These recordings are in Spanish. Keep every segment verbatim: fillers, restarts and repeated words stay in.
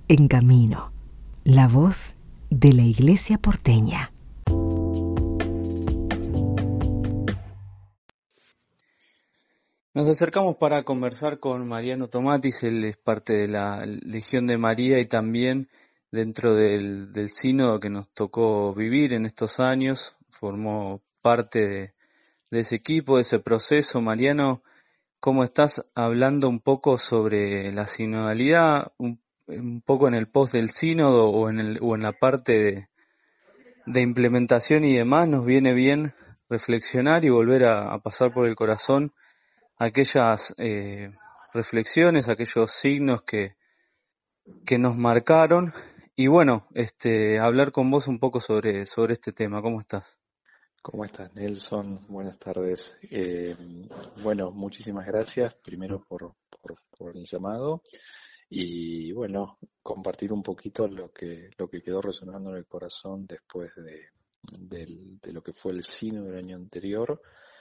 En Camino, la voz de la Iglesia porteña. Nos acercamos para conversar con Mariano Tomatis. Él es parte de la Legión de María y también dentro del, del sínodo que nos tocó vivir en estos años. Formó parte de, de ese equipo, de ese proceso. Mariano, ¿cómo estás? Hablando un poco sobre la sinodalidad, un, un poco en el post del sínodo o en, el, o en la parte de, de implementación y demás, nos viene bien reflexionar y volver a, a pasar por el corazón aquellas eh, reflexiones, aquellos signos que, que nos marcaron y bueno, este, hablar con vos un poco sobre, sobre este tema. ¿Cómo estás? ¿Cómo estás, Nelson? Buenas tardes. Eh, bueno, muchísimas gracias primero por, por, por el llamado y bueno, compartir un poquito lo que, lo que quedó resonando en el corazón después de, del- de lo que fue el sínodo del año anterior.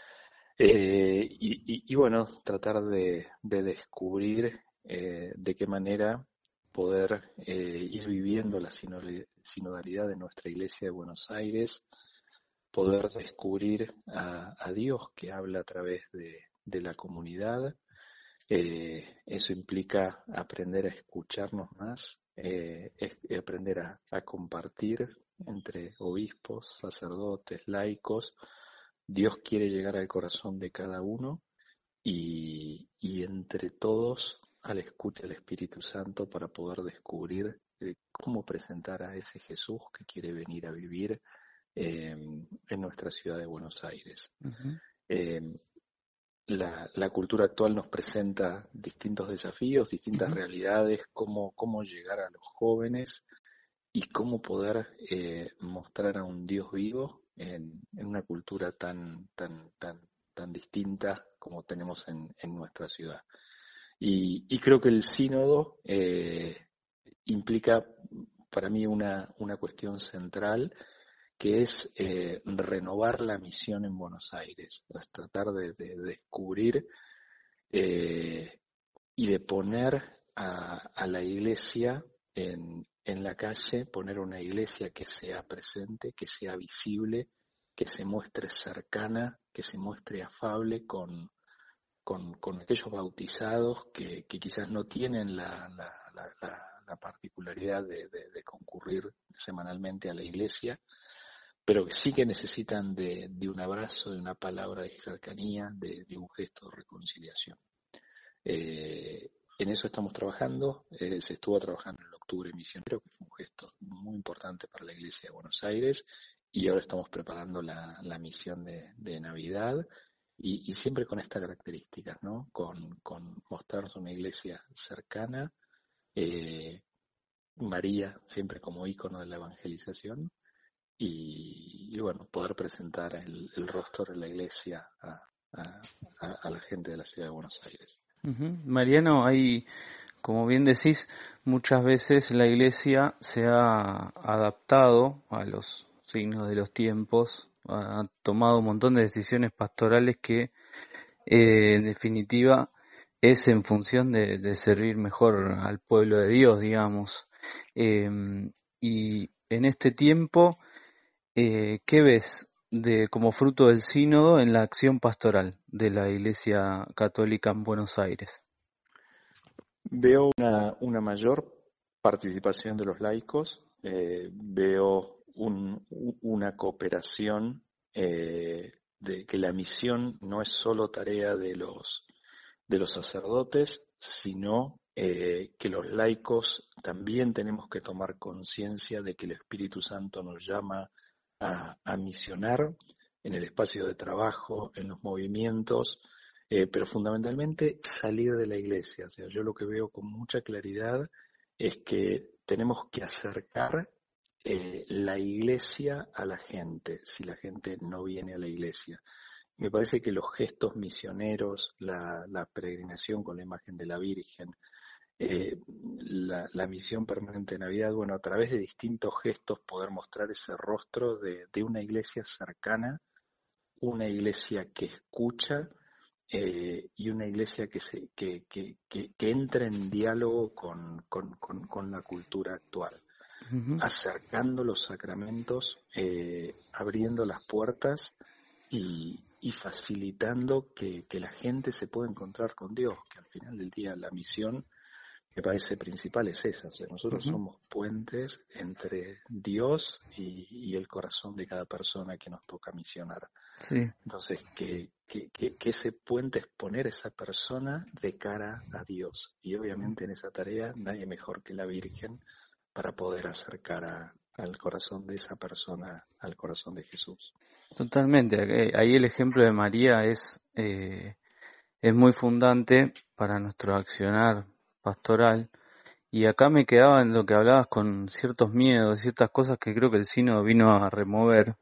Eh, y, y- y bueno, tratar de, de descubrir eh, de qué manera poder eh, ir viviendo la sinodali- sinodalidad de nuestra Iglesia de Buenos Aires, poder descubrir a, a Dios que habla a través de, de la comunidad. Eh, eso implica aprender a escucharnos más, eh, es- aprender a, a compartir entre obispos, sacerdotes, laicos. Dios quiere llegar al corazón de cada uno y, y entre todos a la escucha del Espíritu Santo para poder descubrir eh, cómo presentar a ese Jesús que quiere venir a vivir eh, en nuestra ciudad de Buenos Aires. Uh-huh. Eh, la, la cultura actual nos presenta distintos desafíos, distintas Uh-huh. realidades, cómo, cómo llegar a los jóvenes y cómo poder eh, mostrar a un Dios vivo en, en una cultura tan, tan, tan, tan distinta como tenemos en, en nuestra ciudad. Y, y creo que el sínodo eh, implica para mí una, una cuestión central que es eh, renovar la misión en Buenos Aires, es tratar de, de descubrir eh, y de poner a, a la iglesia en, en la calle, poner una iglesia que sea presente, que sea visible, que se muestre cercana, que se muestre afable con, con, con aquellos bautizados que, que quizás no tienen la, la, la, la, la particularidad de, de, de concurrir semanalmente a la iglesia, pero que sí que necesitan de, de un abrazo, de una palabra de cercanía, de, de un gesto de reconciliación. Eh, en eso estamos trabajando, eh, se estuvo trabajando en el octubre misionero, que fue un gesto muy importante para la Iglesia de Buenos Aires, y ahora estamos preparando la, la misión de, de Navidad, y, y siempre con estas características, ¿no? Con, con mostrarnos una iglesia cercana, eh, María siempre como ícono de la evangelización, y, y bueno, poder presentar el, el rostro de la iglesia a, a, a, a la gente de la ciudad de Buenos Aires. Uh-huh. Mariano, hay, como bien decís, muchas veces la Iglesia se ha adaptado a los signos de los tiempos, ha tomado un montón de decisiones pastorales que eh, en definitiva es en función de, de servir mejor al pueblo de Dios, digamos. Eh, y en este tiempo, eh, ¿qué ves de como fruto del sínodo en la acción pastoral de la Iglesia Católica en Buenos Aires? Veo una, una mayor participación de los laicos, eh, veo un- u- una cooperación eh, de que la misión no es solo tarea de los, de los sacerdotes, sino eh, que los laicos también tenemos que tomar conciencia de que el Espíritu Santo nos llama a, a misionar en el espacio de trabajo, en los movimientos, eh, pero fundamentalmente salir de la iglesia. O sea, yo lo que veo con mucha claridad es que tenemos que acercar eh, la iglesia a la gente, si la gente no viene a la iglesia. Me parece que los gestos misioneros, la, la peregrinación con la imagen de la Virgen, eh, la, la misión permanente de Navidad, bueno, a través de distintos gestos poder mostrar ese rostro de, de una iglesia cercana, una iglesia que escucha, eh, y una iglesia que, se, que, que, que, que entre en diálogo con, con, con, con la cultura actual, Ujú. acercando los sacramentos, eh, abriendo las puertas y, y facilitando que, que la gente se pueda encontrar con Dios, que al final del día la misión me parece principal es esa. O sea, nosotros Ujú. somos puentes entre Dios y, y el corazón de cada persona que nos toca misionar. Sí, Entonces, que, que, que, que ese puente es poner esa persona de cara a Dios. Y obviamente en esa tarea nadie mejor que la Virgen para poder acercar a, al corazón de esa persona al corazón de Jesús. totalmente. Eh, Ahí el ejemplo de María es, eh, es muy fundante para nuestro accionar pastoral. Y acá me quedaba en lo que hablabas con ciertos miedos, ciertas cosas que creo que el Sino vino a remover,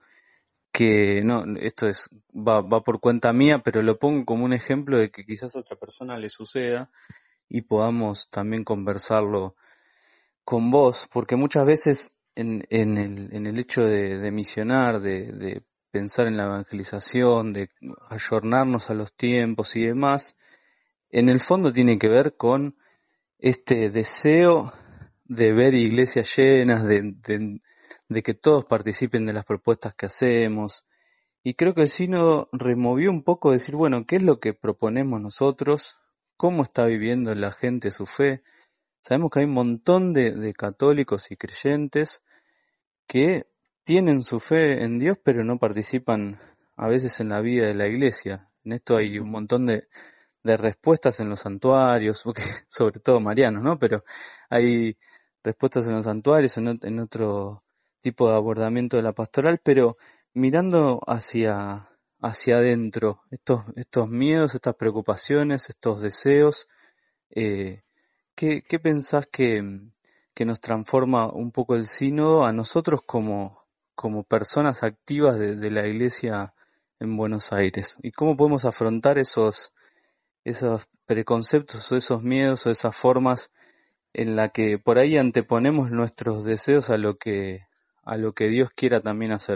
que no, esto es va, va por cuenta mía, pero lo pongo como un ejemplo de que quizás a otra persona le suceda y podamos también conversarlo con vos, porque muchas veces en, en el, en el hecho de, de misionar, de, de pensar en la evangelización, de ayornarnos a los tiempos y demás, en el fondo tiene que ver con este deseo de ver iglesias llenas, de, de, de que todos participen de las propuestas que hacemos. Y creo que el sínodo removió un poco decir, bueno, ¿qué es lo que proponemos nosotros? ¿Cómo está viviendo la gente su fe? Sabemos que hay un montón de, de católicos y creyentes que tienen su fe en Dios, pero no participan a veces en la vida de la iglesia. En esto hay un Ujú. montón de, de respuestas en los santuarios, porque, sobre todo marianos, ¿no? Pero hay respuestas en los santuarios, en, ot- en otro tipo de abordamiento de la pastoral, pero mirando hacia, hacia adentro, estos, estos miedos, estas preocupaciones, estos deseos, eh, ¿qué, qué pensás que, que nos transforma un poco el sínodo a nosotros como, como personas activas de, de la iglesia en Buenos Aires? ¿Y cómo podemos afrontar esos, esos preconceptos o esos miedos o esas formas en la que por ahí anteponemos nuestros deseos a lo que, a lo que Dios quiera también hacer?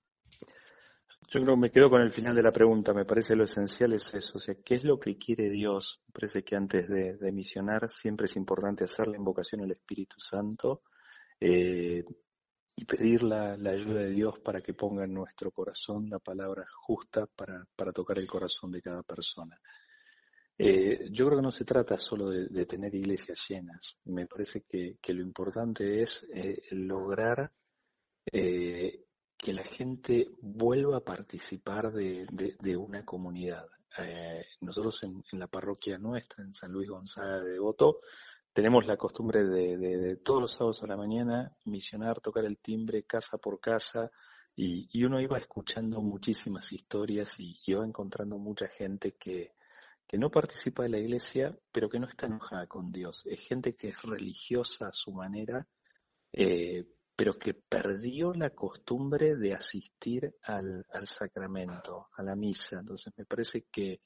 Yo creo que me quedo con el final de la pregunta. Me parece lo esencial es eso. O sea, ¿qué es lo que quiere Dios? Me parece que antes de, de misionar siempre es importante hacer la invocación al Espíritu Santo, eh, y pedir la, la ayuda de Dios para que ponga en nuestro corazón la palabra justa para, para tocar el corazón de cada persona. Eh, yo creo que no se trata solo de, de tener iglesias llenas. Me parece que, que lo importante es eh, lograr eh, que la gente vuelva a participar de, de- de una comunidad. Eh, nosotros en, en la parroquia nuestra, en San Luis Gonzaga de Devoto, tenemos la costumbre de, de- de todos los sábados a la mañana misionar, tocar el timbre casa por casa, y, y uno iba escuchando muchísimas historias y iba encontrando mucha gente que, que no participa de la iglesia, pero que no está enojada con Dios. Es gente que es religiosa a su manera, eh, pero que perdió la costumbre de asistir al, al sacramento, a la misa. Entonces me parece que,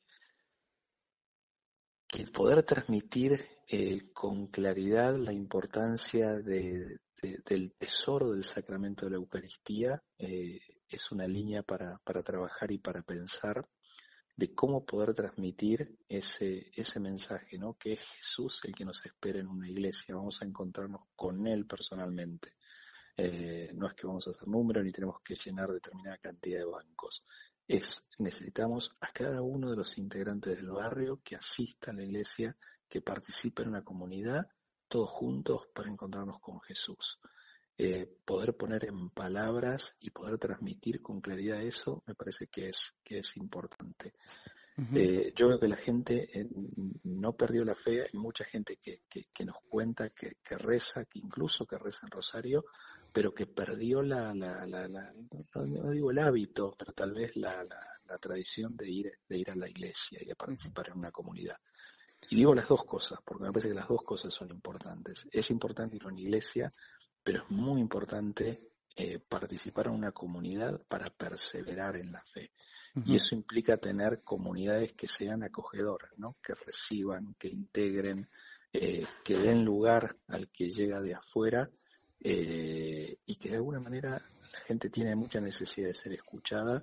que el poder transmitir eh, con claridad la importancia de- de- del tesoro del sacramento de la Eucaristía eh, es una línea para, para trabajar y para pensar de cómo poder transmitir ese, ese mensaje, ¿no? Que es Jesús el que nos espera en una iglesia, vamos a encontrarnos con Él personalmente. Eh, no es que vamos a hacer números ni tenemos que llenar determinada cantidad de bancos. Es, necesitamos a cada uno de los integrantes del barrio que asista a la iglesia, que participe en una comunidad, todos juntos para encontrarnos con Jesús. Eh, poder poner en palabras y poder transmitir con claridad eso me parece que es, que es importante. Ujú. Eh, yo creo que la gente eh, no perdió la fe, hay mucha gente que, que, que nos cuenta que, que reza, que incluso que reza en Rosario, pero que perdió la, la, la, la- no, no digo el hábito, pero tal vez la, la, la tradición de ir, de ir a la iglesia y de Ujú. participar en una comunidad. Y digo las dos cosas, porque me parece que las dos cosas son importantes. Es importante ir a una iglesia, pero es muy importante eh, participar en una comunidad para perseverar en la fe. Y Ujú. eso implica tener comunidades que sean acogedoras, ¿no? Que reciban, que integren, eh, que den lugar al que llega de afuera, eh, y que de alguna manera la gente tiene mucha necesidad de ser escuchada.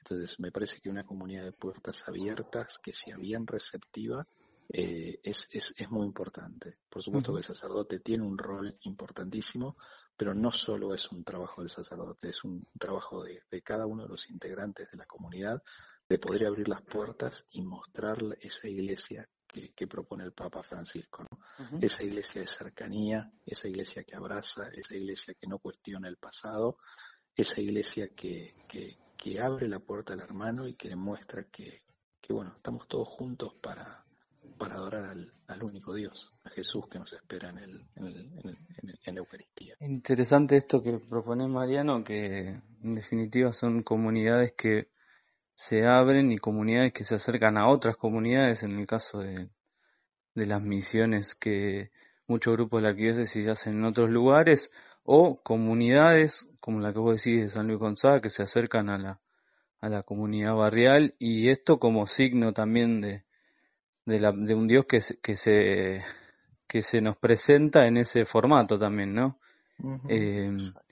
Entonces, me parece que una comunidad de puertas abiertas, que sea bien receptiva, eh, es, es, es muy importante. Por supuesto Ujú. que el sacerdote tiene un rol importantísimo, pero no solo es un trabajo del sacerdote, es un trabajo de, de cada uno de los integrantes de la comunidad, de poder abrir las puertas y mostrar esa iglesia que, que propone el Papa Francisco, ¿no? Ujú. Esa iglesia de cercanía, esa iglesia que abraza, esa iglesia que no cuestiona el pasado, esa iglesia que, que, que abre la puerta al hermano y que demuestra que, que bueno, estamos todos juntos para, para adorar al, al único Dios, a Jesús que nos espera en, el, en, el, en, el, en, el, en la Eucaristía. Interesante esto que propone Mariano, que en definitiva son comunidades que se abren y comunidades que se acercan a otras comunidades, en el caso de, de las misiones que muchos grupos de la arquidiócesis hacen en otros lugares, o comunidades como la que vos decís de San Luis Gonzaga, que se acercan a la, a la comunidad barrial, y esto como signo también de, de, la, de un Dios que se, que se que se nos presenta en ese formato también, ¿no? Uh-huh. Eh,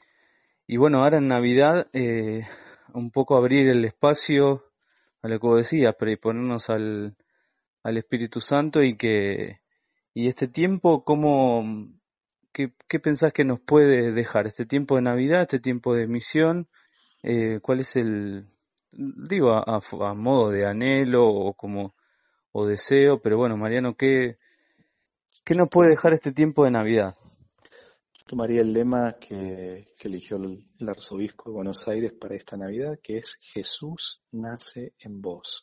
y bueno, ahora en Navidad, eh, un poco abrir el espacio a lo que vos decías, predisponernos al, al Espíritu Santo y que y este tiempo, ¿cómo, qué, qué pensás que nos puede dejar? Este tiempo de Navidad, este tiempo de misión, eh, ¿cuál es el, digo, a, a, a modo de anhelo o como o deseo, pero bueno, Mariano, ¿qué, qué nos puede dejar este tiempo de Navidad? Tomaría el lema que, que eligió el, el arzobispo de Buenos Aires para esta Navidad, que es Jesús nace en vos.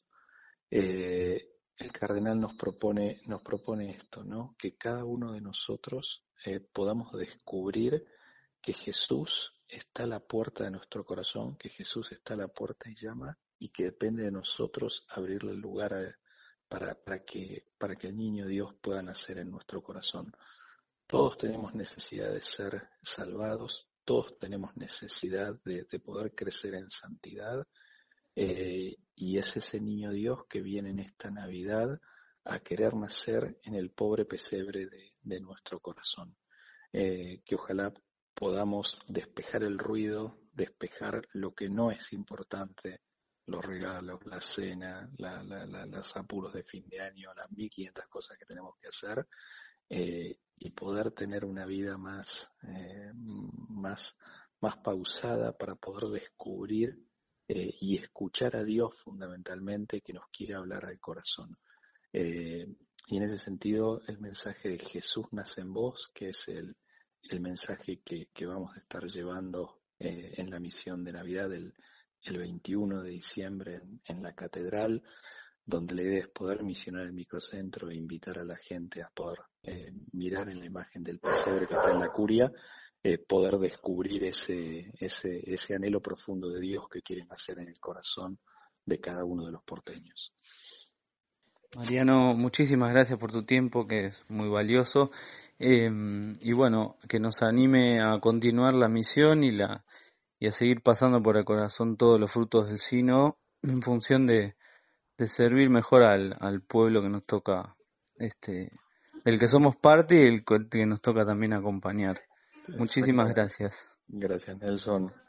Eh, el cardenal nos propone, nos propone esto, ¿no? Que cada uno de nosotros eh, podamos descubrir que Jesús está a la puerta de nuestro corazón, que Jesús está a la puerta y llama, y que depende de nosotros abrirle el lugar a, para, para, que, para que el niño Dios pueda nacer en nuestro corazón. Todos tenemos necesidad de ser salvados, todos tenemos necesidad de, de poder crecer en santidad, eh, y es ese niño Dios que viene en esta Navidad a querer nacer en el pobre pesebre de, de nuestro corazón. Eh, que ojalá podamos despejar el ruido, despejar lo que no es importante, los regalos, la cena, la, la, la, los apuros de fin de año, las mil quinientas cosas que tenemos que hacer, eh, y poder tener una vida más, eh, más, más pausada para poder descubrir eh, y escuchar a Dios fundamentalmente que nos quiere hablar al corazón. Eh, y en ese sentido el mensaje de Jesús nace en vos, que es el, el mensaje que, que vamos a estar llevando eh, en la misión de Navidad el, el veintiuno de diciembre en, en la catedral, donde la idea es poder misionar el microcentro e invitar a la gente a poder eh, mirar en la imagen del pesebre que está en la curia, eh, poder descubrir ese, ese, ese anhelo profundo de Dios que quiere nacer en el corazón de cada uno de los porteños. Mariano, muchísimas gracias por tu tiempo, que es muy valioso, eh, y bueno, que nos anime a continuar la misión y la y a seguir pasando por el corazón todos los frutos del sínodo en función de, de servir mejor al, al pueblo que nos toca, este, del que somos parte y el que nos toca también acompañar. Muchísimas gracias. Gracias, Nelson.